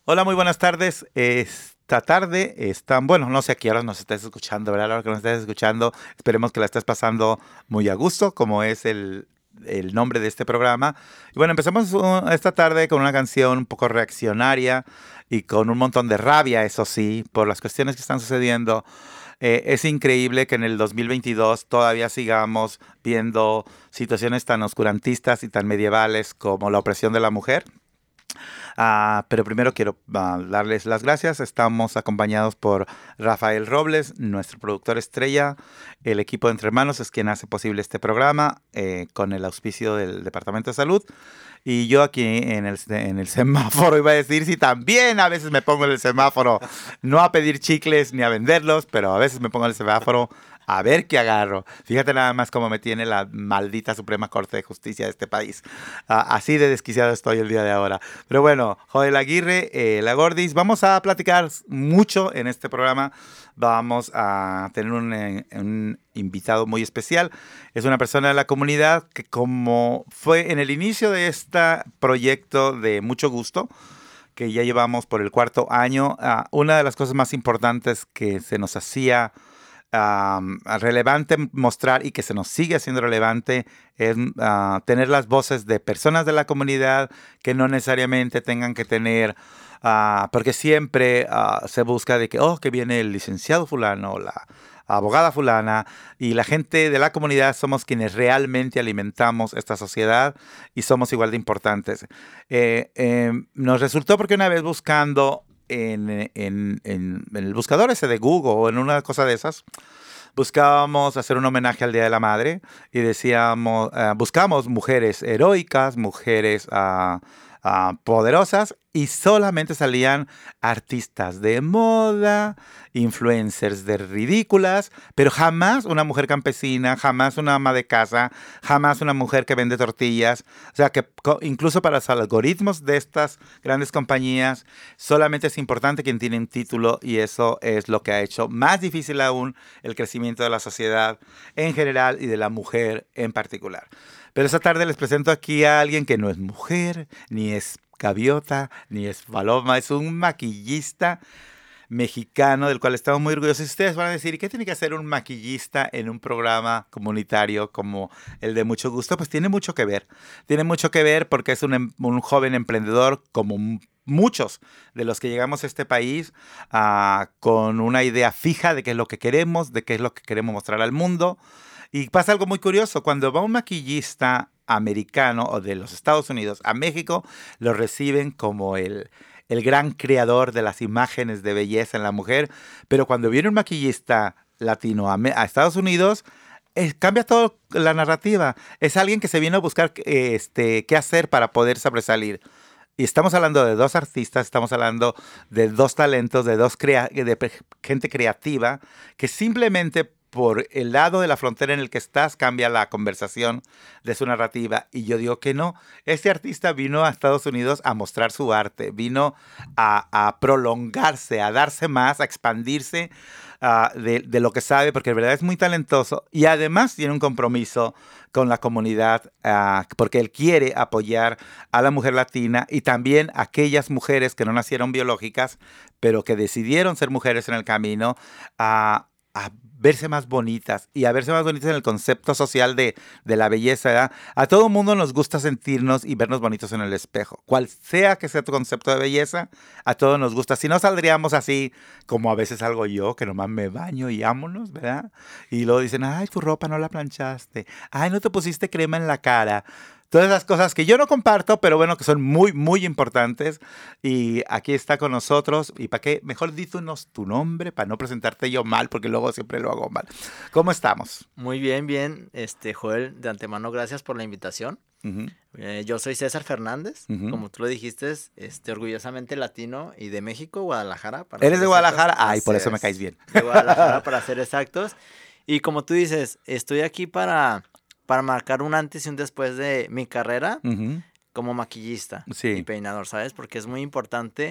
Hola, muy buenas tardes. Esta tarde están, bueno, no sé a qué hora nos estés escuchando, ¿verdad? A la hora que nos estés escuchando, esperemos que la estés pasando muy a gusto, como es el nombre de este programa. Y bueno, empezamos esta tarde con una canción un poco reaccionaria y con un montón de rabia, eso sí, por las cuestiones que están sucediendo. Es increíble que en el 2022 todavía sigamos viendo situaciones tan oscurantistas y tan medievales como la opresión de la mujer. Pero primero quiero darles las gracias. Estamos acompañados por Rafael Robles, nuestro productor estrella. El equipo de Entre Manos es quien hace posible este programa con el auspicio del Departamento de Salud. Y yo aquí en el semáforo, iba a decir, sí, también a veces me pongo en el semáforo, no a pedir chicles ni a venderlos, pero a veces me pongo en el semáforo a ver qué agarro. Fíjate nada más cómo me tiene la maldita Suprema Corte de Justicia de este país. Así de desquiciado estoy el día de ahora. Pero bueno, Joel Aguirre, la Gordis, vamos a platicar mucho en este programa. Vamos a tener un invitado muy especial. Es una persona de la comunidad que, como fue en el inicio de este proyecto de Mucho Gusto, que ya llevamos por el cuarto año, una de las cosas más importantes que se nos hacía relevante mostrar y que se nos sigue haciendo relevante es tener las voces de personas de la comunidad que no necesariamente tengan que tener, porque siempre se busca de que, oh, que viene el licenciado fulano, la abogada fulana, y la gente de la comunidad somos quienes realmente alimentamos esta sociedad y somos igual de importantes. Nos resultó porque una vez buscando en el buscador ese de Google o en una cosa de esas, buscábamos hacer un homenaje al Día de la Madre y decíamos, buscamos mujeres heroicas, mujeres poderosas, y solamente salían artistas de moda, influencers de ridículas, pero jamás una mujer campesina, jamás una ama de casa, jamás una mujer que vende tortillas. O sea que incluso para los algoritmos de estas grandes compañías, solamente es importante quien tiene un título, y eso es lo que ha hecho más difícil aún el crecimiento de la sociedad en general y de la mujer en particular. Pero esta tarde les presento aquí a alguien que no es mujer, ni es gaviota, ni es paloma, es un maquillista mexicano del cual estamos muy orgullosos. Y ustedes van a decir, ¿y qué tiene que hacer un maquillista en un programa comunitario como el de Mucho Gusto? Pues tiene mucho que ver. Tiene mucho que ver porque es un joven emprendedor como muchos de los que llegamos a este país, con una idea fija de qué es lo que queremos, de qué es lo que queremos mostrar al mundo. Y pasa algo muy curioso, cuando va un maquillista americano o de los Estados Unidos a México, lo reciben como el gran creador de las imágenes de belleza en la mujer, pero cuando viene un maquillista latino a Estados Unidos, cambia toda la narrativa. Es alguien que se viene a buscar qué hacer para poder sobresalir. Y estamos hablando de dos artistas, estamos hablando de dos talentos, de gente creativa que simplemente por el lado de la frontera en el que estás cambia la conversación de su narrativa. Y yo digo que no, este artista vino a Estados Unidos a mostrar su arte, vino a prolongarse, a darse más, a expandirse de lo que sabe, porque en verdad es muy talentoso y además tiene un compromiso con la comunidad, porque él quiere apoyar a la mujer latina y también a aquellas mujeres que no nacieron biológicas, pero que decidieron ser mujeres en el camino, a verse más bonitas y a verse más bonitas en el concepto social de la belleza, ¿verdad? A todo mundo nos gusta sentirnos y vernos bonitos en el espejo. Cual sea que sea tu concepto de belleza, a todos nos gusta. Si no, saldríamos así como a veces salgo yo, que nomás me baño y ámonos, ¿verdad? Y luego dicen, ay, tu ropa no la planchaste. Ay, no te pusiste crema en la cara. Todas esas cosas que yo no comparto, pero bueno, que son muy, muy importantes. Y aquí está con nosotros. ¿Y para qué? Mejor díganos tu nombre para no presentarte yo mal, porque luego siempre lo hago mal. ¿Cómo estamos? Muy bien, bien, Joel, de antemano gracias por la invitación. Ujú, Yo soy César Fernández, ujú. como tú lo dijiste, orgullosamente latino y de México, Guadalajara, para ¿Eres ser de exactos. Guadalajara? Ay, Así por eso me caes es, bien. de Guadalajara para ser exactos. Y como tú dices, estoy aquí para marcar un antes y un después de mi carrera Ujú, como maquillista y sí. peinador, ¿sabes? Porque es muy importante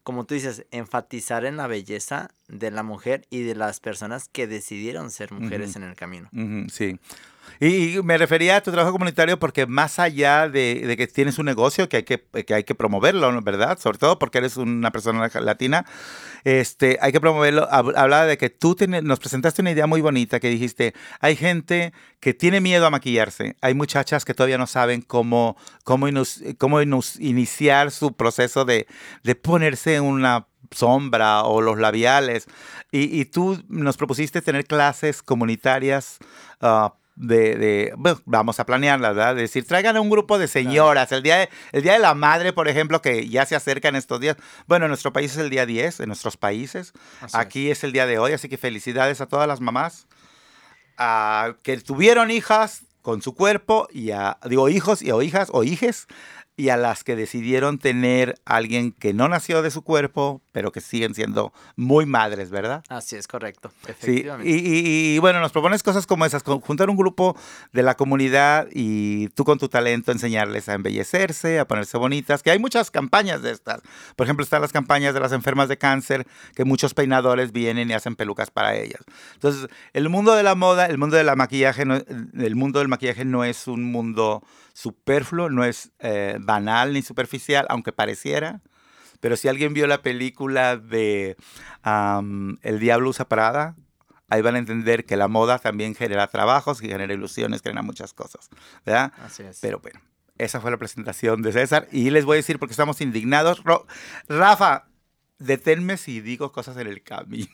como tú dices, enfatizar en la belleza de la mujer y de las personas que decidieron ser mujeres en el camino. Sí. Y me refería a tu trabajo comunitario porque más allá de que tienes un negocio que hay que promoverlo, ¿no? ¿Verdad? Sobre todo porque eres una persona latina, hay que promoverlo. Hablaba de que tú nos presentaste una idea muy bonita que dijiste, hay gente que tiene miedo a maquillarse, hay muchachas que todavía no saben cómo iniciar su proceso de ponerse una sombra o los labiales. Y tú nos propusiste tener clases comunitarias bueno, vamos a planearlas, ¿verdad? De decir, traigan a un grupo de señoras. Claro. El día de la Madre, por ejemplo, que ya se acerca en estos días. Bueno, en nuestro país es el día 10, en nuestros países. Aquí es el día de hoy, así que felicidades a todas las mamás que tuvieron hijas con su cuerpo, hijos o hijas o hijes, y a las que decidieron tener a alguien que no nació de su cuerpo, pero que siguen siendo muy madres, ¿verdad? Así es, correcto, efectivamente. Sí, y bueno, nos propones cosas como esas, juntar un grupo de la comunidad y tú con tu talento enseñarles a embellecerse, a ponerse bonitas, que hay muchas campañas de estas. Por ejemplo, están las campañas de las enfermas de cáncer, que muchos peinadores vienen y hacen pelucas para ellas. Entonces, el mundo de la moda, el mundo del maquillaje no es un mundo superfluo, no es banal ni superficial, aunque pareciera. Pero si alguien vio la película de El Diablo Usa Prada, ahí van a entender que la moda también genera trabajos, que genera ilusiones, que genera muchas cosas, ¿verdad? Así es. Pero bueno, esa fue la presentación de César. Y les voy a decir porque estamos indignados. Rafa, deténme si digo cosas en el camino.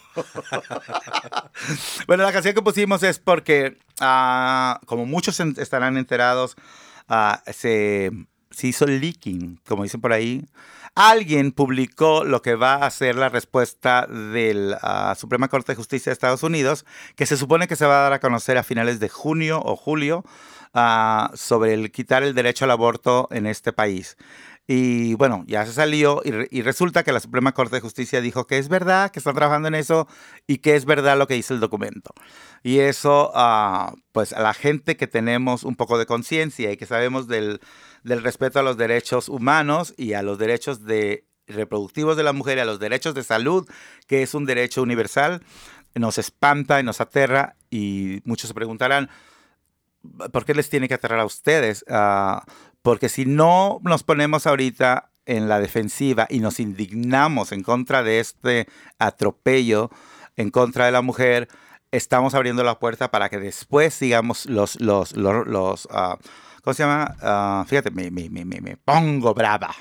Bueno, la canción que pusimos es porque, como muchos estarán enterados, se hizo leaking, como dicen por ahí. Alguien publicó lo que va a ser la respuesta de la Suprema Corte de Justicia de Estados Unidos, que se supone que se va a dar a conocer a finales de junio o julio, sobre el quitar el derecho al aborto en este país. Y bueno, ya se salió y resulta que la Suprema Corte de Justicia dijo que es verdad, que están trabajando en eso y que es verdad lo que dice el documento. Y eso, pues a la gente que tenemos un poco de conciencia y que sabemos del respeto a los derechos humanos y a los derechos reproductivos de la mujer y a los derechos de salud, que es un derecho universal, nos espanta y nos aterra. Y muchos se preguntarán, ¿por qué les tiene que aterrar a ustedes? Porque si no nos ponemos ahorita en la defensiva y nos indignamos en contra de este atropello en contra de la mujer, estamos abriendo la puerta para que después sigamos ¿cómo se llama? Fíjate, me pongo brava.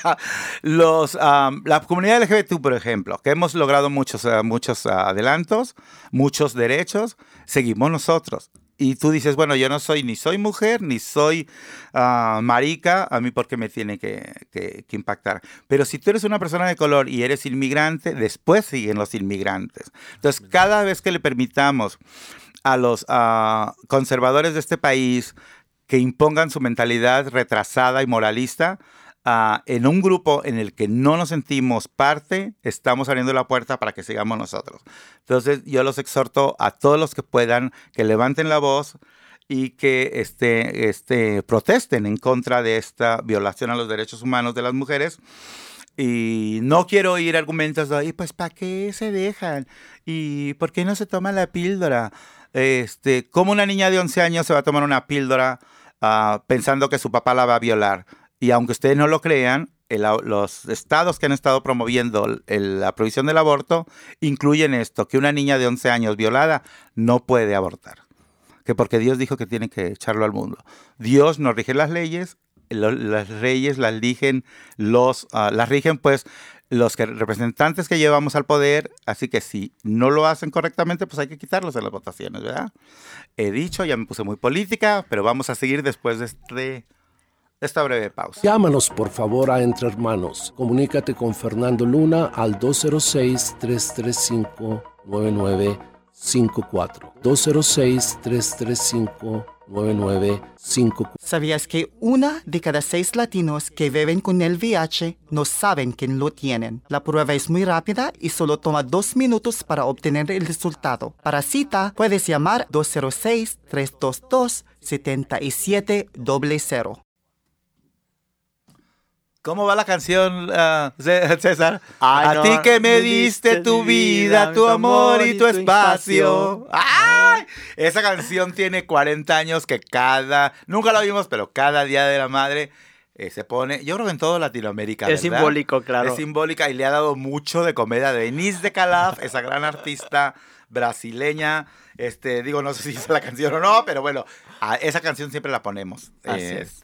La comunidad LGBT, por ejemplo, que hemos logrado muchos adelantos, muchos derechos, seguimos nosotros. Y tú dices, bueno, yo no ni soy mujer, ni soy marica, a mí porque me tiene que impactar. Pero si tú eres una persona de color y eres inmigrante, después siguen los inmigrantes. Entonces, cada vez que le permitamos a los conservadores de este país que impongan su mentalidad retrasada y moralista, en un grupo en el que no nos sentimos parte, estamos abriendo la puerta para que sigamos nosotros. Entonces, yo los exhorto a todos los que puedan, que levanten la voz y que protesten en contra de esta violación a los derechos humanos de las mujeres. Y no quiero oír argumentos de, pues, ¿para qué se dejan? ¿Y por qué no se toma la píldora? ¿Cómo una niña de 11 años se va a tomar una píldora pensando que su papá la va a violar? Y aunque ustedes no lo crean, los estados que han estado promoviendo la prohibición del aborto incluyen esto, que una niña de 11 años violada no puede abortar. Que porque Dios dijo que tiene que echarlo al mundo. Dios no rige las leyes, las leyes las rigen pues los representantes que llevamos al poder, así que si no lo hacen correctamente, pues hay que quitarlos de las votaciones, ¿verdad? He dicho, ya me puse muy política, pero vamos a seguir después de esta breve pausa. Llámanos por favor a Entre Hermanos. Comunícate con Fernando Luna al 206-335-9954. 206-335-9954. ¿Sabías que 1 de cada 6 latinos que viven con el VIH no saben que lo tienen? La prueba es muy rápida y solo toma 2 minutos para obtener el resultado. Para cita, puedes llamar 206-322-7700. ¿Cómo va la canción, César? Ay, a no, ti que me me diste tu vida, tu amor y tu espacio. ¡Ay! Esa canción tiene 40 años que nunca la vimos, pero cada Día de la Madre se pone, yo creo que en toda Latinoamérica, Es ¿verdad? simbólico, claro. Es simbólica y le ha dado mucho de comer a Denise de Calaf, esa gran artista brasileña. No sé si hizo la canción o no, pero bueno, esa canción siempre la ponemos. Así es.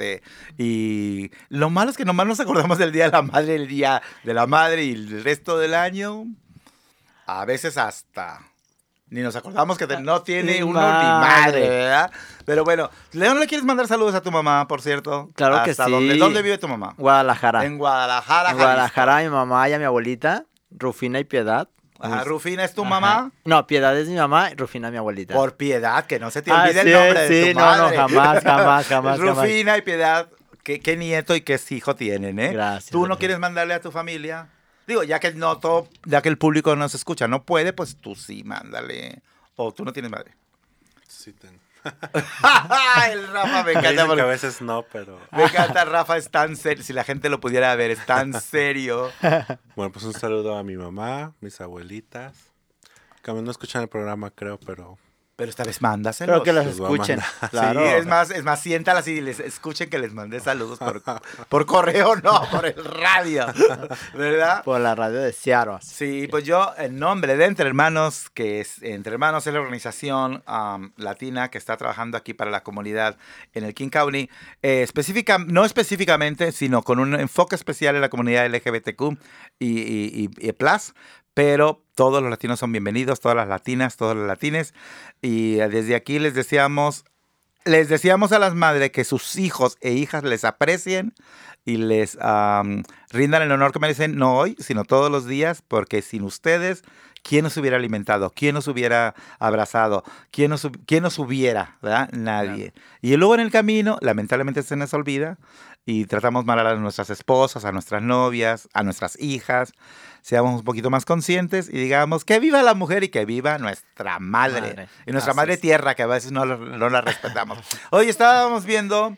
Y lo malo es que nomás nos acordamos del Día de la Madre, el Día de la Madre y el resto del año. A veces hasta ni nos acordamos que no tiene uno ni madre, ¿verdad? Pero bueno, ¿León le quieres mandar saludos a tu mamá, por cierto? Claro que sí. ¿Dónde vive tu mamá? Guadalajara. En Guadalajara, En Guadalajara, a mi mamá y a mi abuelita, Rufina y Piedad. Ajá, ¿Rufina es tu Ajá. mamá? No, Piedad es mi mamá y Rufina mi abuelita. Por Piedad, que no se te olvide el sí, nombre de tu madre. jamás. Rufina y Piedad, qué nieto y qué hijo tienen, ¿eh? Gracias. ¿Tú no quieres mandarle a tu familia? Digo, ya que el público nos escucha, no puede, pues tú sí, mándale. O tú no tienes madre. Sí, tengo. El Rafa me encanta. Dicen que a veces no, pero... Me encanta, Rafa es tan serio. Si la gente lo pudiera ver, es tan serio. Bueno, pues un saludo a mi mamá, mis abuelitas. Que a mí no escuchan el programa, creo, pero... Pero esta vez mándaselos. Creo que los Los voy a escuchen. mandar. Claro. Sí, es más, siéntalas y les escuchen que les mandé saludos por correo, no, por el radio, ¿verdad? Por la radio de Seattle. Sí, pues yo, en nombre de Entre Hermanos, que es Entre Hermanos es la organización latina que está trabajando aquí para la comunidad en el King County, no específicamente, sino con un enfoque especial en la comunidad LGBTQ y plus, pero todos los latinos son bienvenidos, todas las latinas, todos los latines, y desde aquí les deseamos a las madres que sus hijos e hijas les aprecien y les rindan el honor que merecen, no hoy, sino todos los días, porque sin ustedes, ¿quién nos hubiera alimentado? ¿Quién nos hubiera abrazado? ¿Quién nos hubiera? ¿Verdad? Nadie. Claro. Y luego en el camino, lamentablemente se nos olvida y tratamos mal a nuestras esposas, a nuestras novias, a nuestras hijas. Seamos un poquito más conscientes y digamos que viva la mujer y que viva nuestra madre. Y nuestra madre tierra, que a veces no la respetamos. Hoy estábamos viendo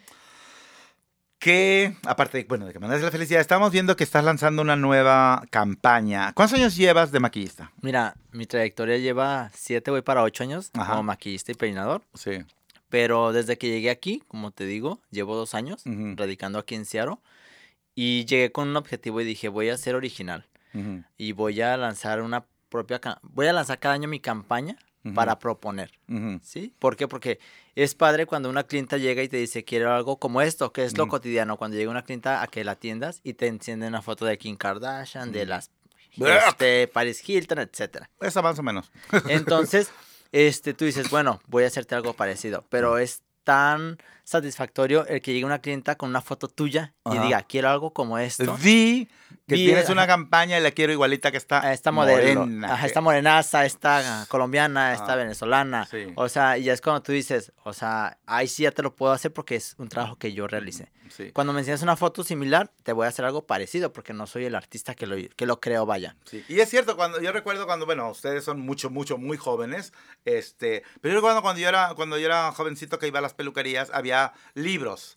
que, aparte de que mandas la felicidad, estamos viendo que estás lanzando una nueva campaña. ¿Cuántos años llevas de maquillista? Mira, mi trayectoria lleva 7, voy para 8 años. Ajá. Como maquillista y peinador. Sí. Pero desde que llegué aquí, como te digo, llevo 2 años radicando aquí en Seattle. Y llegué con un objetivo y dije, voy a ser original. Y voy a lanzar cada año mi campaña para proponer, ¿sí? ¿Por qué? Porque es padre cuando una clienta llega y te dice, quiero algo como esto, que es lo cotidiano. Cuando llega una clienta a que la atiendas y te encienden una foto de Kim Kardashian, de las Paris Hilton, etcétera. Esa más o menos. Entonces, tú dices, bueno, voy a hacerte algo parecido, pero es tan satisfactorio el que llegue una clienta con una foto tuya y diga, quiero algo como esto. Vi que tienes una campaña y la quiero igualita que esta modelo. Morena. Ajá, esta morenaza, esta colombiana, esta venezolana. Sí. O sea, y ya es cuando tú dices, o sea, ahí sí ya te lo puedo hacer porque es un trabajo que yo realicé. Sí. Cuando me enseñas una foto similar, te voy a hacer algo parecido porque no soy el artista que lo creo, vaya. Sí. Y es cierto, yo recuerdo cuando, ustedes son muy jóvenes, pero yo recuerdo cuando yo era jovencito que iba a las peluquerías, había libros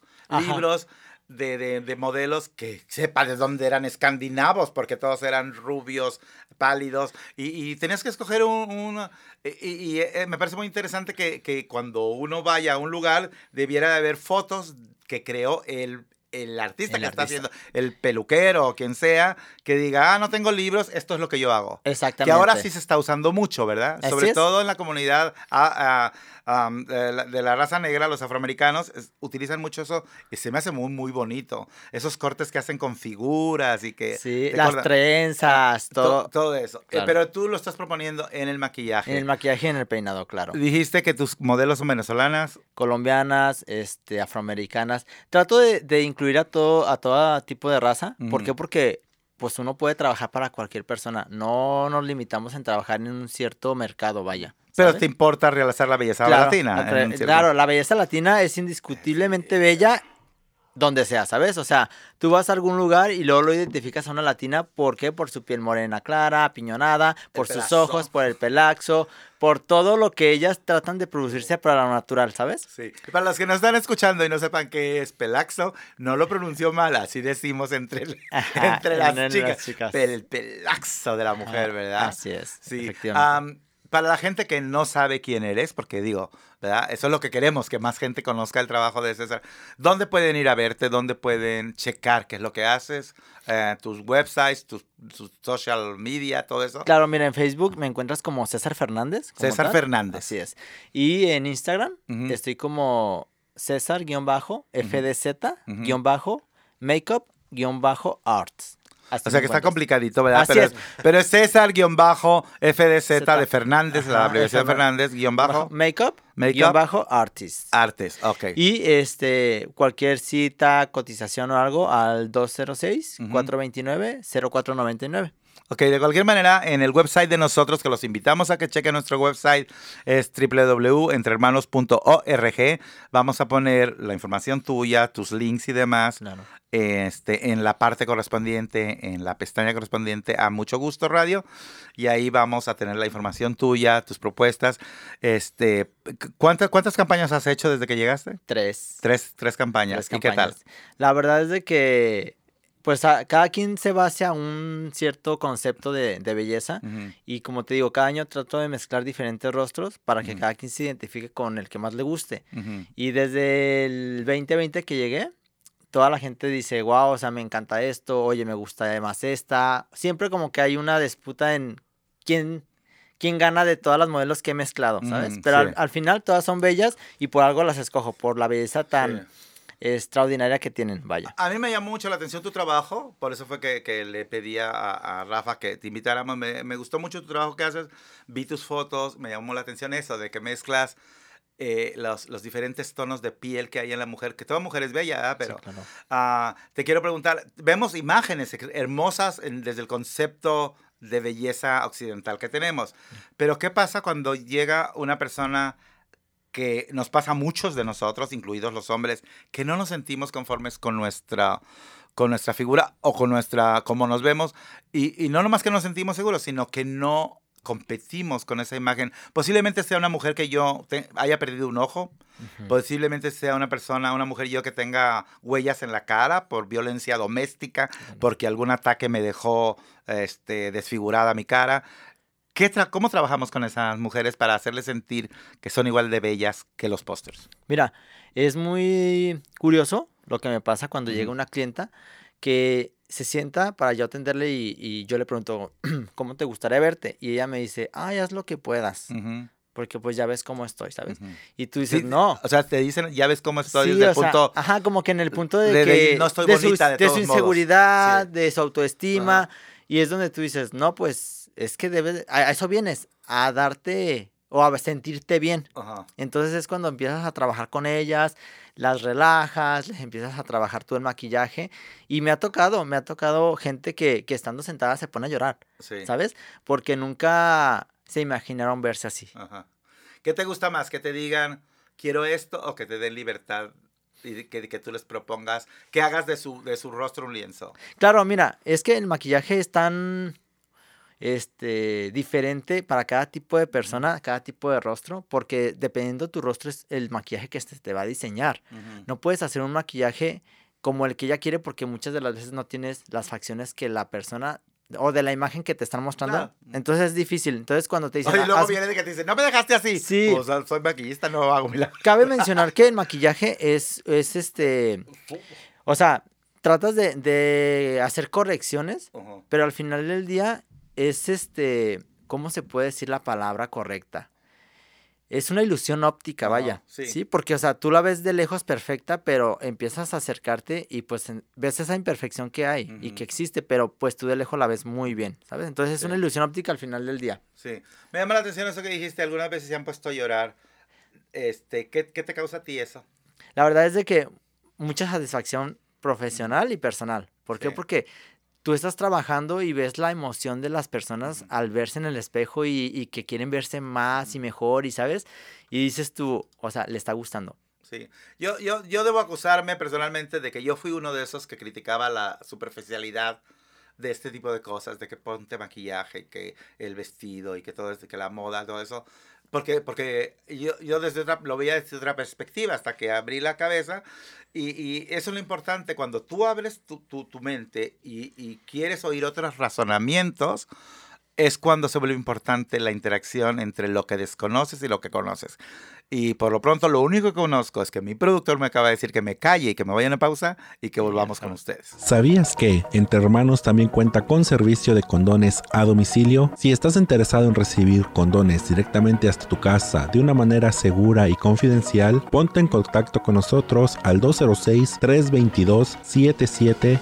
de modelos que sepa de dónde eran escandinavos, porque todos eran rubios, pálidos, y tenías que escoger me parece muy interesante que cuando uno vaya a un lugar debiera de haber fotos que creó el artista que está haciendo, el peluquero o quien sea, que diga, no tengo libros, esto es lo que yo hago. Exactamente. Que ahora sí se está usando mucho, ¿verdad? Así Sobre es. todo en la comunidad de la raza negra, los afroamericanos utilizan mucho eso y se me hace muy, muy bonito. Esos cortes que hacen con figuras y que... Sí, las trenzas, todo. Todo eso. Claro. Pero tú lo estás proponiendo en el maquillaje. En el maquillaje y en el peinado, claro. Dijiste que tus modelos son venezolanas. Colombianas, afroamericanas. Trato de incluir a todo tipo de raza. ¿Por qué? Porque pues uno puede trabajar para cualquier persona. No nos limitamos en trabajar en un cierto mercado, vaya. Pero ¿sabes? te importa realzar la belleza latina. Claro, la belleza latina es indiscutiblemente bella donde sea, ¿sabes? O sea, tú vas a algún lugar y luego lo identificas a una latina, ¿por qué? Por su piel morena clara, apiñonada, por sus pelazo. ojos, por el pelazo, por todo lo que ellas tratan de producirse para lo natural, ¿sabes? Sí. Para los que nos están escuchando y no sepan qué es pelaxo, no lo pronunció mal, así decimos entre las chicas. El pelaxo de la mujer, ¿verdad? Así es, Sí. efectivamente. Para la gente que no sabe quién eres, porque digo, ¿verdad? Eso es lo que queremos, que más gente conozca el trabajo de César. ¿Dónde pueden ir a verte? ¿Dónde pueden checar qué es lo que haces? Tus websites, tus social media, todo eso. Claro, mira, en Facebook me encuentras como César Fernández. como César tal. Fernández. Así es. Y en Instagram Ujú. estoy como César-FDZ-Makeup-Arts. Así O sea me que está encuentras. complicadito, ¿verdad? Así Pero es. pero es César-FDZ Z. de Fernández, la Ajá, abreviación de F- Fernández, Makeup, Makeup. Artist. Artes. Ok. Y cualquier cita, cotización o algo al 206-429-0499. Ok, de cualquier manera, en el website de nosotros, que los invitamos a que chequen nuestro website, es www.entrehermanos.org. Vamos a poner la información tuya, tus links y demás, Claro. en la parte correspondiente, en la pestaña correspondiente a Mucho Gusto Radio. Y ahí vamos a tener la información tuya, tus propuestas. ¿Cuántas campañas has hecho desde que llegaste? Tres Tres campañas. ¿Y qué tal? campañas. La verdad es de que, pues, cada quien se basa a un cierto concepto de belleza. Ujú. Y como te digo, cada año trato de mezclar diferentes rostros para que Ujú. cada quien se identifique con el que más le guste. Ujú. Y desde el 2020 que llegué, toda la gente dice, wow, o sea, me encanta esto, oye, me gusta más esta. Siempre como que hay una disputa en quién gana de todas las modelos que he mezclado, ¿sabes? Pero Sí. al final todas son bellas y por algo las escojo, por la belleza tan Sí. extraordinaria que tienen, vaya. A mí me llamó mucho la atención tu trabajo, por eso fue que le pedí a Rafa que te invitáramos. Me gustó mucho tu trabajo que haces, vi tus fotos, me llamó la atención eso, de que mezclas los diferentes tonos de piel que hay en la mujer, que toda mujer es bella, ¿verdad? Pero Sí, claro. te quiero preguntar, vemos imágenes hermosas desde el concepto de belleza occidental que tenemos, pero ¿qué pasa cuando llega una persona que nos pasa a muchos de nosotros, incluidos los hombres, que no nos sentimos conformes con nuestra figura o con cómo nos vemos, y no nomás que no nos sentimos seguros, sino que no competimos con esa imagen? Posiblemente sea una mujer que haya perdido un ojo, posiblemente sea una mujer yo que tenga huellas en la cara por violencia doméstica, porque algún ataque me dejó desfigurada mi cara. ¿Cómo trabajamos con esas mujeres para hacerles sentir que son igual de bellas que los pósters? Mira, es muy curioso lo que me pasa cuando Ujú. llega una clienta que se sienta para yo atenderle y yo le pregunto, ¿cómo te gustaría verte? Y ella me dice, ay, haz lo que puedas, Ujú, porque pues ya ves cómo estoy, ¿sabes? ujú. Y tú dices, Sí, no. o sea, te dicen, ya ves cómo estoy Sí, desde el o sea, punto ajá, como que en el punto de de que no estoy de su, bonita de de su todos modos. inseguridad, Sí. de su autoestima, Ajá. y es donde tú dices, no, pues es que a eso vienes, a darte o a sentirte bien. Ajá. Entonces es cuando empiezas a trabajar con ellas, las relajas, les empiezas a trabajar tú el maquillaje, y me ha tocado gente que estando sentada se pone a llorar, Sí. ¿sabes? Porque nunca se imaginaron verse así. Ajá. ¿Qué te gusta más? ¿Que te digan, quiero esto, o que te den libertad y que tú les propongas, que hagas de su rostro un lienzo? Claro, mira, es que el maquillaje es tan diferente para cada tipo de persona, cada tipo de rostro, porque dependiendo tu rostro es el maquillaje que te va a diseñar. Ujú. No puedes hacer un maquillaje como el que ella quiere porque muchas de las veces no tienes las facciones que la persona o de la imagen que te están mostrando. Claro. Entonces es difícil. Entonces cuando te dicen, Oye, luego "Haz-". viene de que te dicen, no me dejaste así. Sí. Pues soy maquillista, no hago milagros. Cabe mencionar que el maquillaje o sea, tratas de hacer correcciones, Ujú. pero al final del día es ¿cómo se puede decir la palabra correcta? Es una ilusión óptica, Ajá, vaya. sí. Sí, porque, o sea, tú la ves de lejos perfecta, pero empiezas a acercarte y pues ves esa imperfección que hay y Ujú. que existe, pero pues tú de lejos la ves muy bien, ¿sabes? Entonces es Sí. una ilusión óptica al final del día. Sí. Me llama la atención eso que dijiste, algunas veces se han puesto a llorar. ¿Qué te causa a ti eso? La verdad es de que mucha satisfacción profesional y personal. ¿Por qué? Sí. Porque tú estás trabajando y ves la emoción de las personas al verse en el espejo y que quieren verse más y mejor, y ¿sabes? Y dices tú, o sea, le está gustando. Sí. Yo debo acusarme personalmente de que yo fui uno de esos que criticaba la superficialidad de este tipo de cosas, de que ponte maquillaje, y que el vestido y que todo esto, que la moda, todo eso. Porque yo lo veía desde otra perspectiva hasta que abrí la cabeza y eso es lo importante, cuando tú abres tu mente y quieres oír otros razonamientos, es cuando se vuelve importante la interacción entre lo que desconoces y lo que conoces. Y por lo pronto lo único que conozco es que mi productor me acaba de decir que me calle y que me vaya a una pausa y que volvamos con ustedes. ¿Sabías que Entre Hermanos también cuenta con servicio de condones a domicilio? Si estás interesado en recibir condones directamente hasta tu casa de una manera segura y confidencial, ponte en contacto con nosotros al 206-322-7700.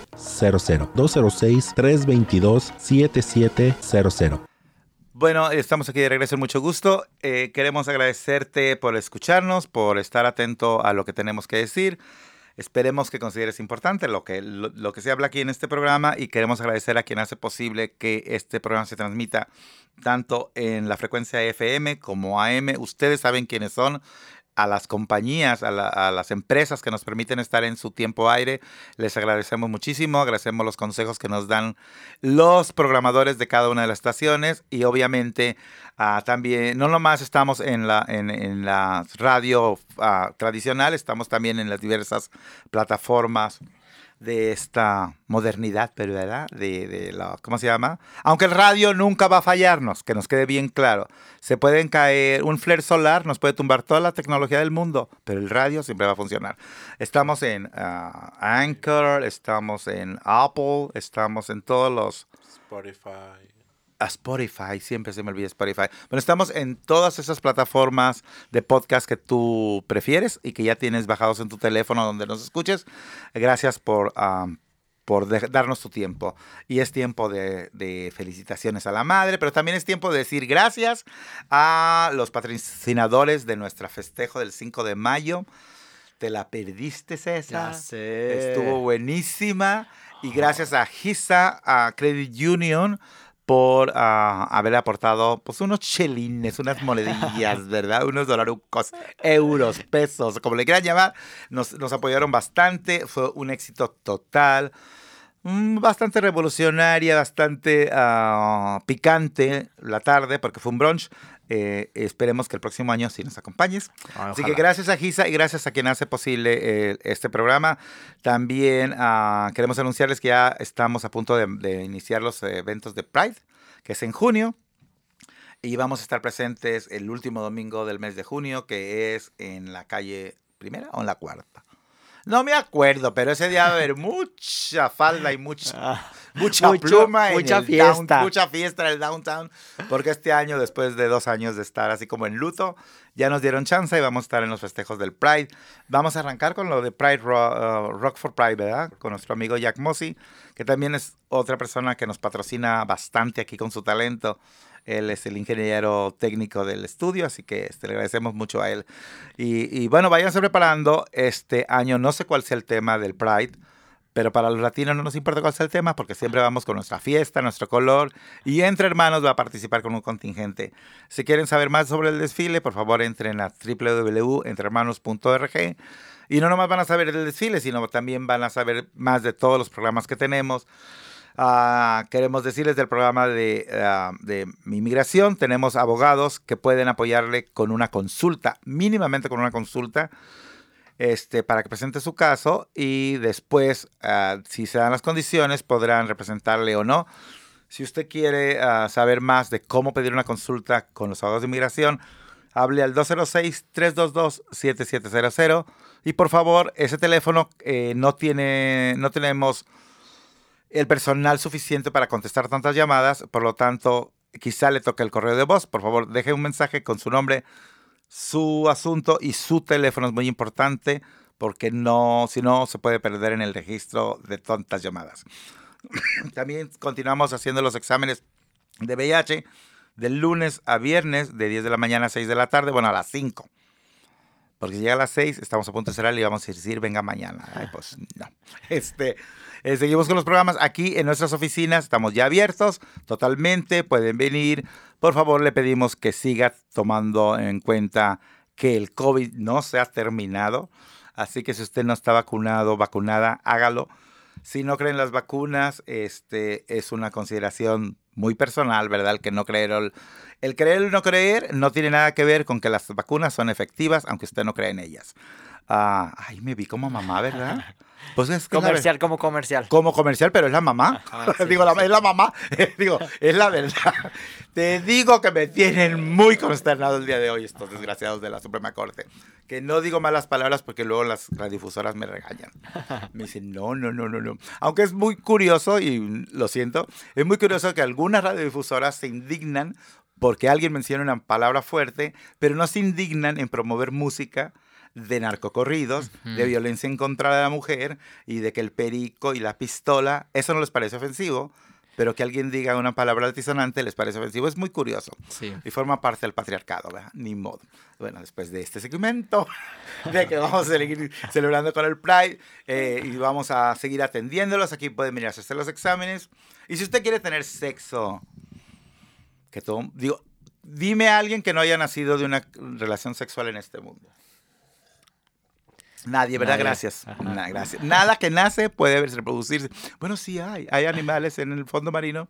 206-322-7700. Bueno, estamos aquí de regreso, mucho gusto. Queremos agradecerte por escucharnos, por estar atento a lo que tenemos que decir. Esperemos que consideres importante lo que se habla aquí en este programa y queremos agradecer a quien hace posible que este programa se transmita tanto en la frecuencia FM como AM. Ustedes saben quiénes son. A las compañías, a las empresas que nos permiten estar en su tiempo aire, les agradecemos muchísimo, agradecemos los consejos que nos dan los programadores de cada una de las estaciones y obviamente también, no nomás estamos en la radio tradicional, estamos también en las diversas plataformas de esta modernidad, pero ¿verdad? ¿Cómo se llama? Aunque el radio nunca va a fallarnos, que nos quede bien claro. Se pueden caer, un flare solar nos puede tumbar toda la tecnología del mundo, pero el radio siempre va a funcionar. Estamos en Anchor, estamos en Apple, estamos en todos los... Spotify, siempre se me olvida Spotify. Bueno, estamos en todas esas plataformas de podcast que tú prefieres y que ya tienes bajados en tu teléfono donde nos escuches. Gracias por darnos tu tiempo. Y es tiempo de felicitaciones a la madre, pero también es tiempo de decir gracias a los patrocinadores de nuestro festejo del 5 de mayo. Te la perdiste, César. Ya sé. Estuvo buenísima. Y gracias a HISA, a Credit Union, por haber aportado pues unos chelines, unas monedillas, ¿verdad? Unos dolarucos, euros, pesos, como le quieran llamar. Nos apoyaron bastante, fue un éxito total, bastante revolucionaria, bastante picante la tarde, porque fue un brunch. Esperemos que el próximo año sí nos acompañes. Así que gracias a Gisa y gracias a quien hace posible este programa. También queremos anunciarles que ya estamos a punto de iniciar los eventos de Pride, que es en junio. Y vamos a estar presentes el último domingo del mes de junio, que es en la calle primera o en la cuarta. No me acuerdo, pero ese día va a haber mucha falda y mucha pluma, mucha fiesta. Mucha fiesta en el downtown, porque este año, después de 2 años de estar así como en luto, ya nos dieron chance y vamos a estar en los festejos del Pride. Vamos a arrancar con lo de Pride Rock for Pride, ¿verdad? Con nuestro amigo Jack Mossy, que también es otra persona que nos patrocina bastante aquí con su talento. Él es el ingeniero técnico del estudio, así que le agradecemos mucho a él. Y bueno, váyanse preparando este año. No sé cuál sea el tema del Pride, pero para los latinos no nos importa cuál sea el tema, porque siempre vamos con nuestra fiesta, nuestro color. Y Entre Hermanos va a participar con un contingente. Si quieren saber más sobre el desfile, por favor entren a www.entrehermanos.org. Y no nomás van a saber del desfile, sino también van a saber más de todos los programas que tenemos. Queremos decirles del programa de inmigración. Tenemos abogados que pueden apoyarle con una consulta, mínimamente con una consulta, para que presente su caso y después, si se dan las condiciones, podrán representarle o no. Si usted quiere saber más de cómo pedir una consulta con los abogados de inmigración, hable al 206-322-7700 y por favor, ese teléfono no tenemos el personal suficiente para contestar tantas llamadas, por lo tanto, quizá le toque el correo de voz. Por favor, deje un mensaje con su nombre, su asunto y su teléfono. Es muy importante porque si no, se puede perder en el registro de tantas llamadas. También continuamos haciendo los exámenes de VIH de lunes a viernes, de 10 de la mañana a 6 de la tarde, bueno, a las 5. Porque si llega a las 6, estamos a punto de cerrar y vamos a decir, venga mañana. Ay, pues no. Seguimos con los programas aquí en nuestras oficinas. Estamos ya abiertos totalmente. Pueden venir. Por favor, le pedimos que siga tomando en cuenta que el COVID no se ha terminado. Así que si usted no está vacunado, vacunada, hágalo. Si no creen las vacunas, es una consideración muy personal, ¿verdad? El que no creer, el creer o no creer no tiene nada que ver con que las vacunas son efectivas, aunque usted no cree en ellas. Ay, me vi como mamá, ¿verdad? Pues es que Comercial, como comercial. como comercial, pero es la mamá. Sí, Digo, es la mamá. Digo, es la verdad. Te digo que me tienen muy consternado el día de hoy estos desgraciados de la Suprema Corte. Que no digo malas palabras porque luego las radiodifusoras me regañan. Me dicen, no. Aunque es muy curioso, y lo siento, es muy curioso que algunas radiodifusoras se indignan porque alguien menciona una palabra fuerte, pero no se indignan en promover música de narcocorridos, de violencia en contra de la mujer y de que el perico y la pistola, eso no les parece ofensivo, pero que alguien diga una palabra altisonante les parece ofensivo. Es muy curioso. Sí. Y forma parte del patriarcado, ¿verdad? Ni modo. Bueno, después de este segmento, de que vamos a seguir celebrando con el Pride y vamos a seguir atendiéndolos, aquí pueden venir a hacerse los exámenes. Y si usted quiere tener sexo, dime a alguien que no haya nacido de una relación sexual en este mundo. Nadie, ¿verdad? Nadie. Gracias. Gracias. Nada que nace puede reproducirse. Bueno, sí hay animales en el fondo marino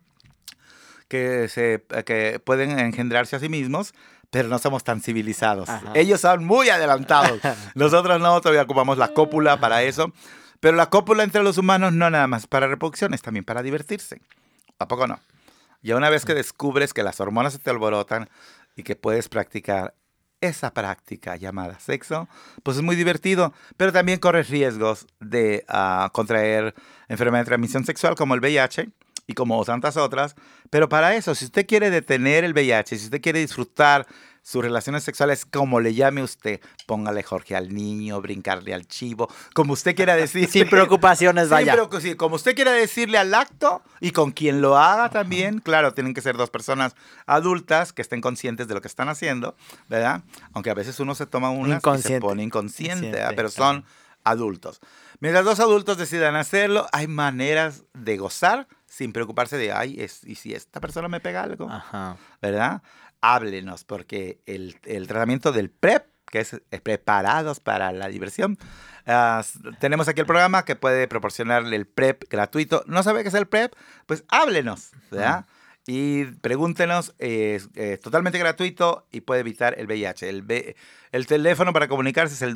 que pueden engendrarse a sí mismos, pero no somos tan civilizados. Ajá. Ellos son muy adelantados. Nosotros no, todavía ocupamos la cópula para eso. Pero la cópula entre los humanos no nada más para reproducción, es también para divertirse. ¿A poco no? Ya una vez que descubres que las hormonas se te alborotan y que puedes practicar esa práctica llamada sexo, pues es muy divertido, pero también corres riesgos de contraer enfermedad de transmisión sexual como el VIH y como tantas otras. Pero para eso, si usted quiere detener el VIH, si usted quiere disfrutar sus relaciones sexuales como le llame usted, póngale Jorge al niño, brincarle al chivo, como usted quiera decir. Sin preocupaciones, vaya. Sí, como usted quiera decirle al acto y con quien lo haga también. Claro, tienen que ser dos personas adultas que estén conscientes de lo que están haciendo, ¿verdad? Aunque a veces uno se toma unas y se pone inconsciente, ¿verdad? Pero son adultos. Mientras dos adultos decidan hacerlo, hay maneras de gozar sin preocuparse de, ¿y si esta persona me pega algo? Ajá. ¿Verdad? Háblenos, porque el tratamiento del PrEP, que es preparados para la diversión, tenemos aquí el programa que puede proporcionarle el PrEP gratuito. ¿No sabe qué es el PrEP? Pues háblenos, ¿verdad? Y pregúntenos, totalmente gratuito y puede evitar el VIH. El teléfono para comunicarse es el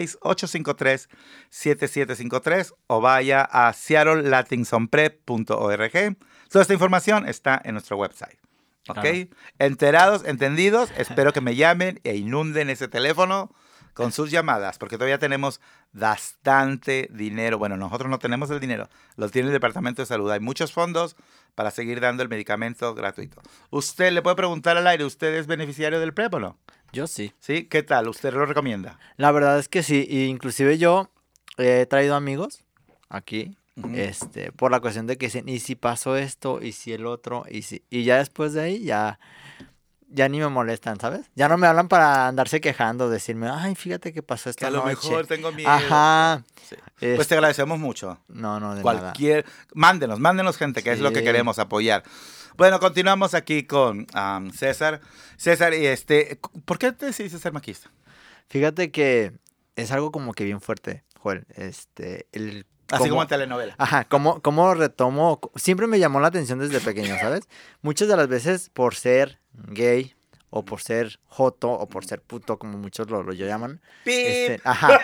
206-853-7753 o vaya a seattlelatinsonprep.org. Toda esta información está en nuestro website. ¿Ok? Claro. Enterados, entendidos, espero que me llamen e inunden ese teléfono con sus llamadas, porque todavía tenemos bastante dinero. Bueno, nosotros no tenemos el dinero, lo tiene el Departamento de Salud. Hay muchos fondos para seguir dando el medicamento gratuito. Usted le puede preguntar al aire, ¿usted es beneficiario del PrEP o no? Yo sí. ¿Sí? ¿Qué tal? ¿Usted lo recomienda? La verdad es que sí, y inclusive yo he traído amigos aquí. Por la cuestión de que dicen, ¿y si pasó esto? ¿Y si el otro? Y ya después de ahí, ya ni me molestan, ¿sabes? Ya no me hablan para andarse quejando, decirme, ay, fíjate que pasó esta noche. Que a lo mejor tengo miedo. Ajá. Sí. Pues te agradecemos mucho. No, de nada. Mándenos gente, que sí. Es lo que queremos apoyar. Bueno, continuamos aquí con César. César, ¿por qué te decidiste ser maquista? Fíjate que es algo como que bien fuerte, Joel. Así como en telenovela. Ajá, ¿cómo retomo? Siempre me llamó la atención desde pequeño, ¿sabes? Muchas de las veces por ser gay o por ser joto o por ser puto, como muchos lo llaman. ¡Pip!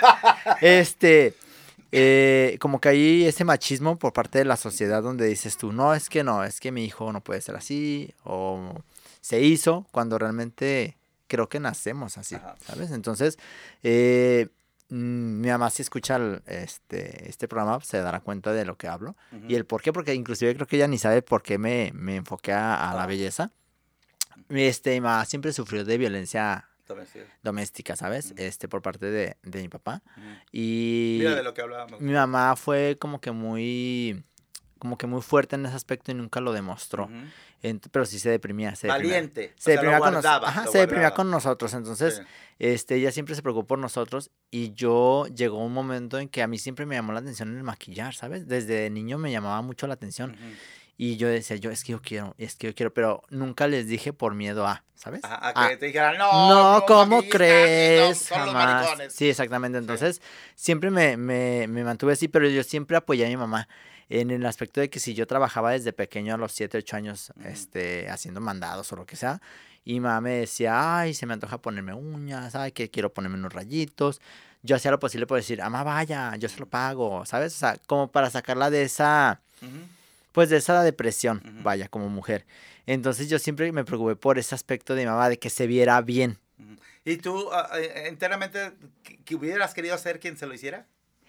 Como que hay ese machismo por parte de la sociedad donde dices tú, no, es que mi hijo no puede ser así, o se hizo, cuando realmente creo que nacemos así, ¿sabes? Entonces, mi mamá si escucha este programa se dará cuenta de lo que hablo y el por qué, porque inclusive creo que ella ni sabe por qué me enfoqué a la belleza. Mi mamá siempre sufrió de violencia doméstica, ¿sabes? Por parte de mi papá. Y mira de lo que hablábamos. Mi mamá fue como que muy fuerte en ese aspecto y nunca lo demostró. Pero sí se deprimía. Valiente. Se deprimía con nosotros. Se deprimía con nosotros. Entonces, ella siempre se preocupó por nosotros. Y llegó un momento en que a mí siempre me llamó la atención el maquillar, ¿sabes? Desde niño me llamaba mucho la atención. Y yo decía, es que yo quiero, pero nunca les dije por miedo a, ¿sabes? A que te dijeran, no, ¿cómo maquillistas, crees? son los Jamás. maricones. Sí, exactamente. Entonces, siempre me mantuve así, pero yo siempre apoyé a mi mamá en el aspecto de que si yo trabajaba desde pequeño a los 7, 8 años, haciendo mandados o lo que sea, y mi mamá me decía, ay, se me antoja ponerme uñas, ay, que quiero ponerme unos rayitos. Yo hacía lo posible por decir, mamá, vaya, yo se lo pago, ¿sabes? O sea, como para sacarla de esa... pues de esa depresión, vaya, como mujer. Entonces yo siempre me preocupé por ese aspecto de mi mamá, de que se viera bien. ¿Y tú enteramente que hubieras querido ser quien se lo hiciera?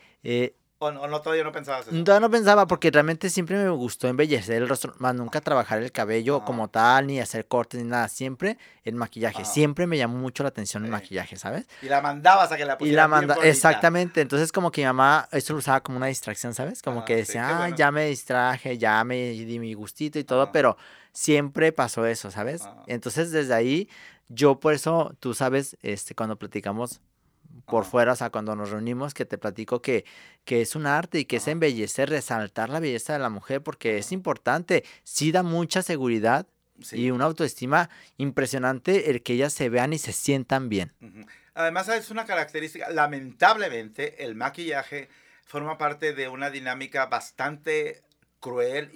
¿O no, todavía no pensabas eso? Todavía no pensaba, porque realmente siempre me gustó embellecer el rostro, más nunca trabajar el cabello como tal, ni hacer cortes, ni nada. Siempre el maquillaje. Siempre me llamó mucho la atención el maquillaje, ¿sabes? Y la mandabas a que la pusiera bien bonita. Exactamente. Entonces como que mi mamá eso lo usaba como una distracción, ¿sabes? Como que decía, bueno, ya me distraje, ya me di mi gustito y todo, pero siempre pasó eso, ¿sabes? Entonces desde ahí, yo por eso, tú sabes, cuando platicamos por fuera, o sea, cuando nos reunimos, que te platico que es un arte y que es embellecer, resaltar la belleza de la mujer, porque es importante, sí da mucha seguridad y una autoestima impresionante el que ellas se vean y se sientan bien. Además, es una característica, lamentablemente, el maquillaje forma parte de una dinámica bastante cruel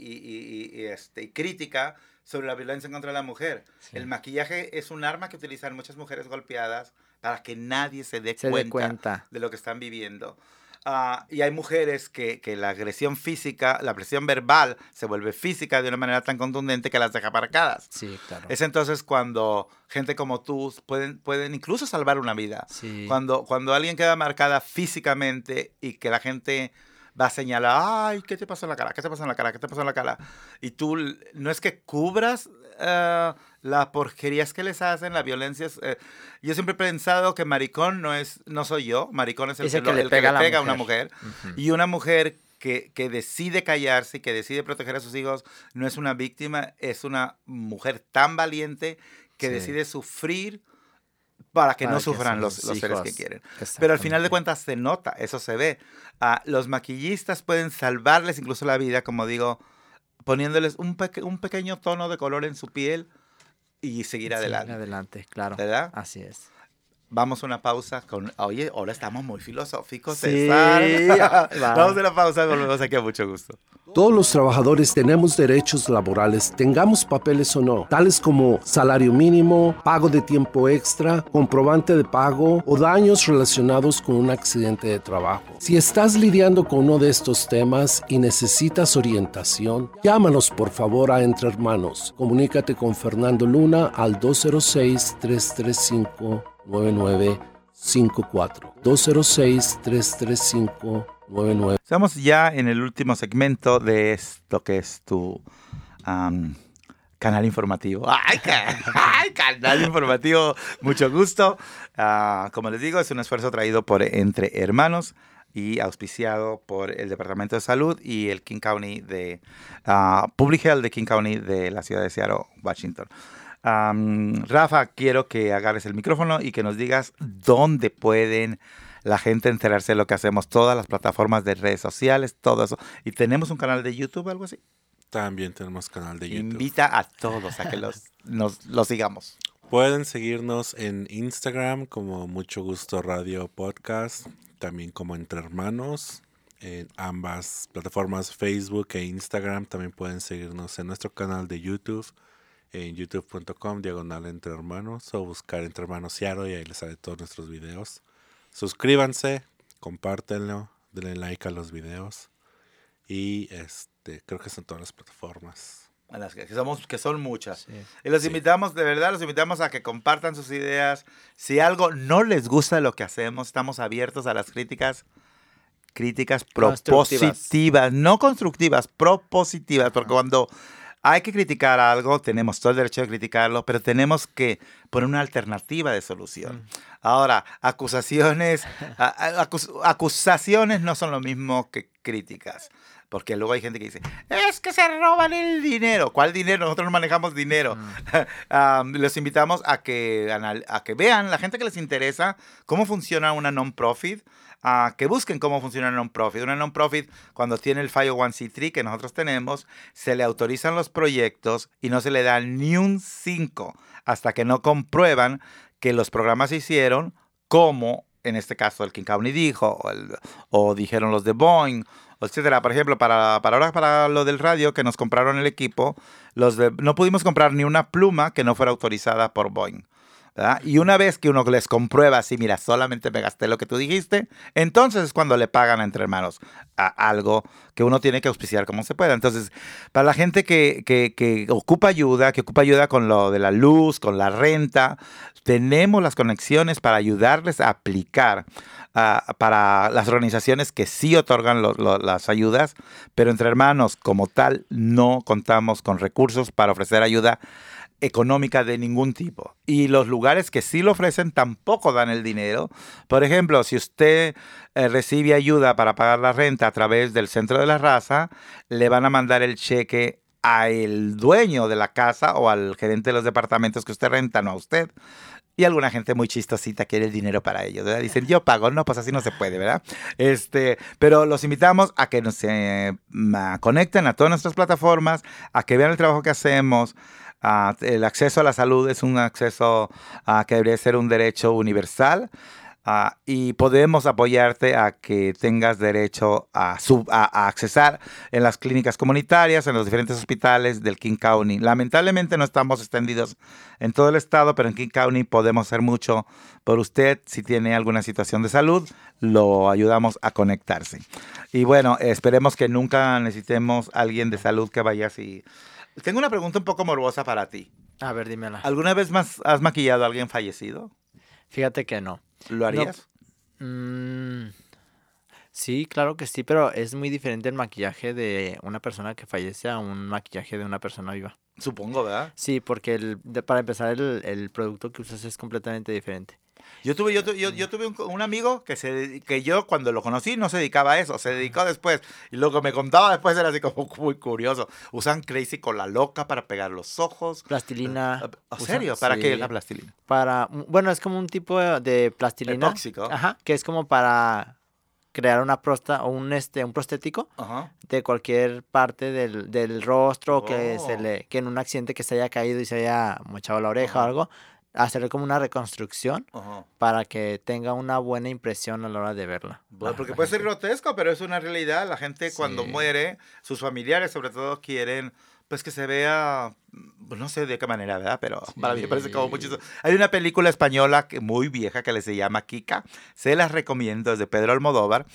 y crítica sobre la violencia contra la mujer. Sí. El maquillaje es un arma que utilizan muchas mujeres golpeadas para que nadie se dé cuenta de lo que están viviendo. Y hay mujeres que la agresión física, la presión verbal se vuelve física de una manera tan contundente que las deja marcadas. Sí, claro. Es entonces cuando gente como tú pueden incluso salvar una vida. Sí. Cuando alguien queda marcada físicamente y que la gente va a señalar, ay, ¿qué te pasó en la cara? ¿Qué te pasó en la cara? ¿Qué te pasó en la cara? Y tú no es que cubras las porquerías que les hacen, la violencia. Yo siempre he pensado que maricón no soy yo, maricón es el que le pega a una mujer. Y una mujer que decide callarse y que decide proteger a sus hijos no es una víctima, es una mujer tan valiente que decide sufrir para que no sufran los seres que quieren. Pero al final de cuentas se nota, eso se ve. Los maquillistas pueden salvarles incluso la vida, como digo, poniéndoles un pequeño tono de color en su piel y seguir adelante. Adelante, claro. ¿Verdad? Así es. Vamos a una pausa. Oye, ahora estamos muy filosóficos, sí, César. Vamos a una pausa, volvemos aquí a mucho gusto. Todos los trabajadores tenemos derechos laborales, tengamos papeles o no, tales como salario mínimo, pago de tiempo extra, comprobante de pago o daños relacionados con un accidente de trabajo. Si estás lidiando con uno de estos temas y necesitas orientación, llámanos por favor a Entre Hermanos. Comunícate con Fernando Luna al 206-335-9954. 206-335-9954. Estamos ya en el último segmento de esto que es tu canal informativo. ¡Ay, canal informativo! Mucho gusto. Como les digo, es un esfuerzo traído por Entre Hermanos y auspiciado por el Departamento de Salud y el King County de Public Health de King County de la ciudad de Seattle, Washington. Rafa, quiero que agarres el micrófono y que nos digas dónde pueden la gente enterarse de lo que hacemos, todas las plataformas de redes sociales, todo eso. ¿Y tenemos un canal de YouTube o algo así? También tenemos canal de YouTube. Invita a todos a que los sigamos. Pueden seguirnos en Instagram como Mucho Gusto Radio Podcast, también como Entre Hermanos, en ambas plataformas Facebook e Instagram. También pueden seguirnos en nuestro canal de YouTube, en youtube.com/Entre Hermanos, o buscar Entre Hermanos Seattle y ahí les sale todos nuestros videos. Suscríbanse, compártenlo, denle like a los videos y creo que son todas las plataformas. Que son muchas. Sí. Y los invitamos, de verdad, a que compartan sus ideas. Si algo no les gusta de lo que hacemos, estamos abiertos a las críticas propositivas, no constructivas, propositivas, porque cuando hay que criticar algo, tenemos todo el derecho de criticarlo, pero tenemos que poner una alternativa de solución. Ahora, acusaciones no son lo mismo que críticas, porque luego hay gente que dice, es que se roban el dinero. ¿Cuál dinero? Nosotros no manejamos dinero. Los invitamos a que vean, la gente que les interesa, cómo funciona una non-profit, que busquen cómo funciona una non-profit. Una non-profit, cuando tiene el 501c3 que nosotros tenemos, se le autorizan los proyectos y no se le da ni un 5 hasta que no comprueban que los programas se hicieron como, en este caso, el King County dijo, o dijeron los de Boeing, etcétera. Por ejemplo, para lo del radio, que nos compraron el equipo, no pudimos comprar ni una pluma que no fuera autorizada por Boeing, ¿verdad? Y una vez que uno les comprueba, así, mira, solamente me gasté lo que tú dijiste, entonces es cuando le pagan a Entre Hermanos algo que uno tiene que auspiciar como se pueda. Entonces, para la gente que ocupa ayuda con lo de la luz, con la renta, tenemos las conexiones para ayudarles a aplicar para las organizaciones que sí otorgan las ayudas, pero Entre Hermanos como tal no contamos con recursos para ofrecer ayuda económica de ningún tipo. Y los lugares que sí lo ofrecen tampoco dan el dinero. Por ejemplo, si usted recibe ayuda para pagar la renta a través del Centro de la Raza, le van a mandar el cheque al dueño de la casa o al gerente de los departamentos que usted renta, no a usted. Y alguna gente muy chistosita quiere el dinero para ellos, ¿verdad? Dicen, yo pago. No, pues así no se puede, ¿verdad? Pero los invitamos a que se conecten a todas nuestras plataformas, a que vean el trabajo que hacemos. El acceso a la salud es un acceso que debería ser un derecho universal. Y podemos apoyarte a que tengas derecho a accesar en las clínicas comunitarias, en los diferentes hospitales del King County. Lamentablemente no estamos extendidos en todo el estado, pero en King County podemos hacer mucho por usted. Si tiene alguna situación de salud, lo ayudamos a conectarse. Y bueno, esperemos que nunca necesitemos a alguien de salud que vaya así. Tengo una pregunta un poco morbosa para ti. A ver, dímela. ¿Alguna vez más has maquillado a alguien fallecido? Fíjate que no. ¿Lo harías? No. Sí, claro que sí, pero es muy diferente el maquillaje de una persona que fallece a un maquillaje de una persona viva. Supongo, ¿verdad? Sí, porque para empezar el producto que usas es completamente diferente. Yo tuve un amigo que yo cuando lo conocí no se dedicaba a eso, se dedicó después. Y lo que me contaba después era así como muy curioso. Usan Crazy con la loca para pegar los ojos. Plastilina. ¿En serio? ¿Para qué es la plastilina? Bueno, es como un tipo de plastilina. Tóxico. Ajá, que es como para crear una un prostético. Ajá. De cualquier parte del rostro que Oh. que en un accidente que se haya caído y se haya mochado la oreja o algo, hacerle como una reconstrucción para que tenga una buena impresión a la hora de verla. Bueno, porque puede ser grotesco, pero es una realidad. La gente cuando muere, sus familiares sobre todo quieren pues que se vea, pues no sé de qué manera, ¿verdad? Pero para mí me parece como muchísimo. Hay una película española muy vieja que se llama Kika. Se las recomiendo, es de Pedro Almodóvar.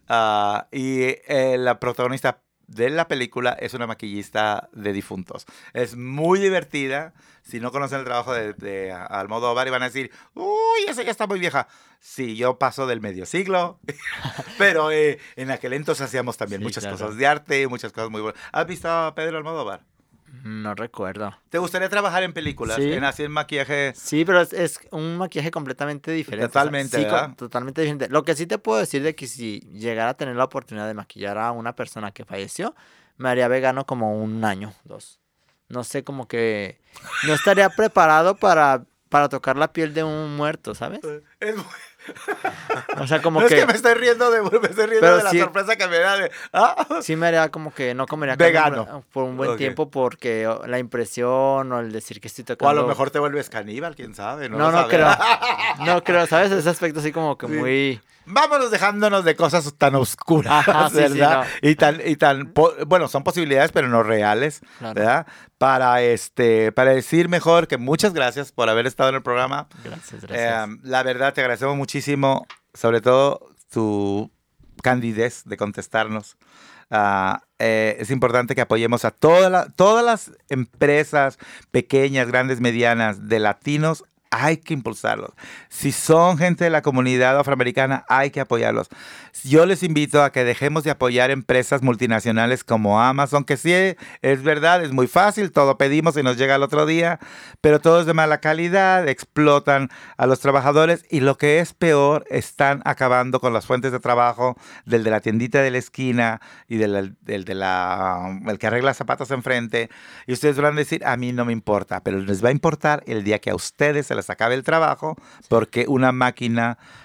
Y la protagonista de la película es una maquillista de difuntos. Es muy divertida. Si no conocen el trabajo de Almodóvar y van a decir, uy, esa ya está muy vieja. Sí, yo paso del medio siglo, pero en aquel entonces hacíamos también muchas cosas de arte, muchas cosas muy buenas. ¿Has visto a Pedro Almodóvar? No recuerdo. ¿Te gustaría trabajar en películas? Sí. En hacer maquillaje. Sí, pero es un maquillaje completamente diferente. Totalmente, ¿verdad? Totalmente diferente. Lo que sí te puedo decir de que si llegara a tener la oportunidad de maquillar a una persona que falleció, me haría vegano como 1 año, 2. No sé, como que no estaría preparado para tocar la piel de un muerto, ¿sabes? Es muy... O sea, como no que... es que me estoy riendo de la sorpresa que me da de... Sí me haría como que no comería vegano carne por un buen tiempo porque la impresión o el decir que estoy tocando... O a lo mejor te vuelves caníbal, quién sabe. No creo. No creo, ¿sabes? Ese aspecto así como que muy... Vámonos dejándonos de cosas tan oscuras, ¿verdad? Sí, no. Y tan bueno, son posibilidades, pero no reales, claro. ¿Verdad? Para decir mejor que muchas gracias por haber estado en el programa. Gracias. La verdad, te agradecemos muchísimo, sobre todo tu candidez de contestarnos. Es importante que apoyemos a todas las empresas pequeñas, grandes, medianas, de latinos. Hay que impulsarlos. Si son gente de la comunidad afroamericana, hay que apoyarlos. Yo les invito a que dejemos de apoyar empresas multinacionales como Amazon, que sí, es verdad, es muy fácil, todo pedimos y nos llega al otro día, pero todo es de mala calidad, explotan a los trabajadores y lo que es peor, están acabando con las fuentes de trabajo del de la tiendita de la esquina y el que arregla zapatos enfrente. Y ustedes van a decir, a mí no me importa, pero les va a importar el día que a ustedes se les acabe el trabajo porque una máquina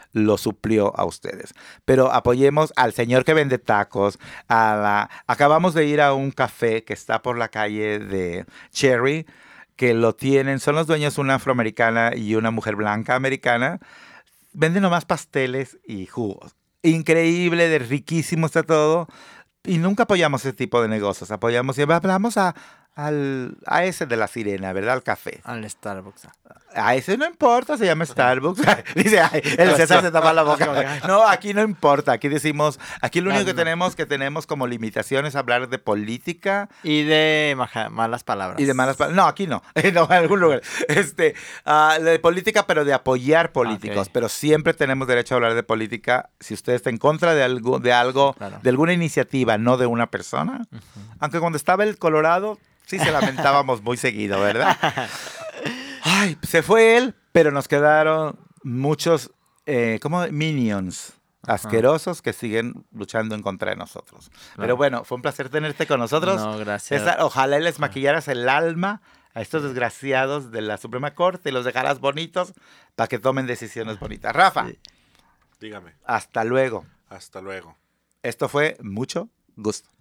lo suplió a ustedes. Pero apoyemos al señor que vende tacos. Acabamos de ir a un café que está por la calle de Cherry, que lo tienen, son los dueños una afroamericana y una mujer blanca americana. Venden nomás pasteles y jugos. Increíble, de riquísimo está todo. Y nunca apoyamos ese tipo de negocios. Apoyamos, siempre hablamos a ese de la sirena, ¿verdad? Al café. Al Starbucks. A ese no importa, se llama Starbucks. Dice, el César se tapa la boca. No, aquí no importa. Aquí decimos, aquí lo único que tenemos como limitación es hablar de política. Y de malas palabras. Y de malas palabras. No, aquí no. No, en algún lugar. De política, pero de apoyar políticos. Okay. Pero siempre tenemos derecho a hablar de política si usted está en contra de algo, claro, de alguna iniciativa, no de una persona. Uh-huh. Aunque cuando estaba el Colorado, sí se lamentábamos muy seguido, ¿verdad? Ay, se fue él, pero nos quedaron muchos minions asquerosos que siguen luchando en contra de nosotros. Claro. Pero bueno, fue un placer tenerte con nosotros. No, gracias. César, ojalá les maquillaras el alma a estos desgraciados de la Suprema Corte y los dejaras bonitos para que tomen decisiones bonitas. Rafa. Sí. Dígame. Hasta luego. Hasta luego. Esto fue Mucho Gusto.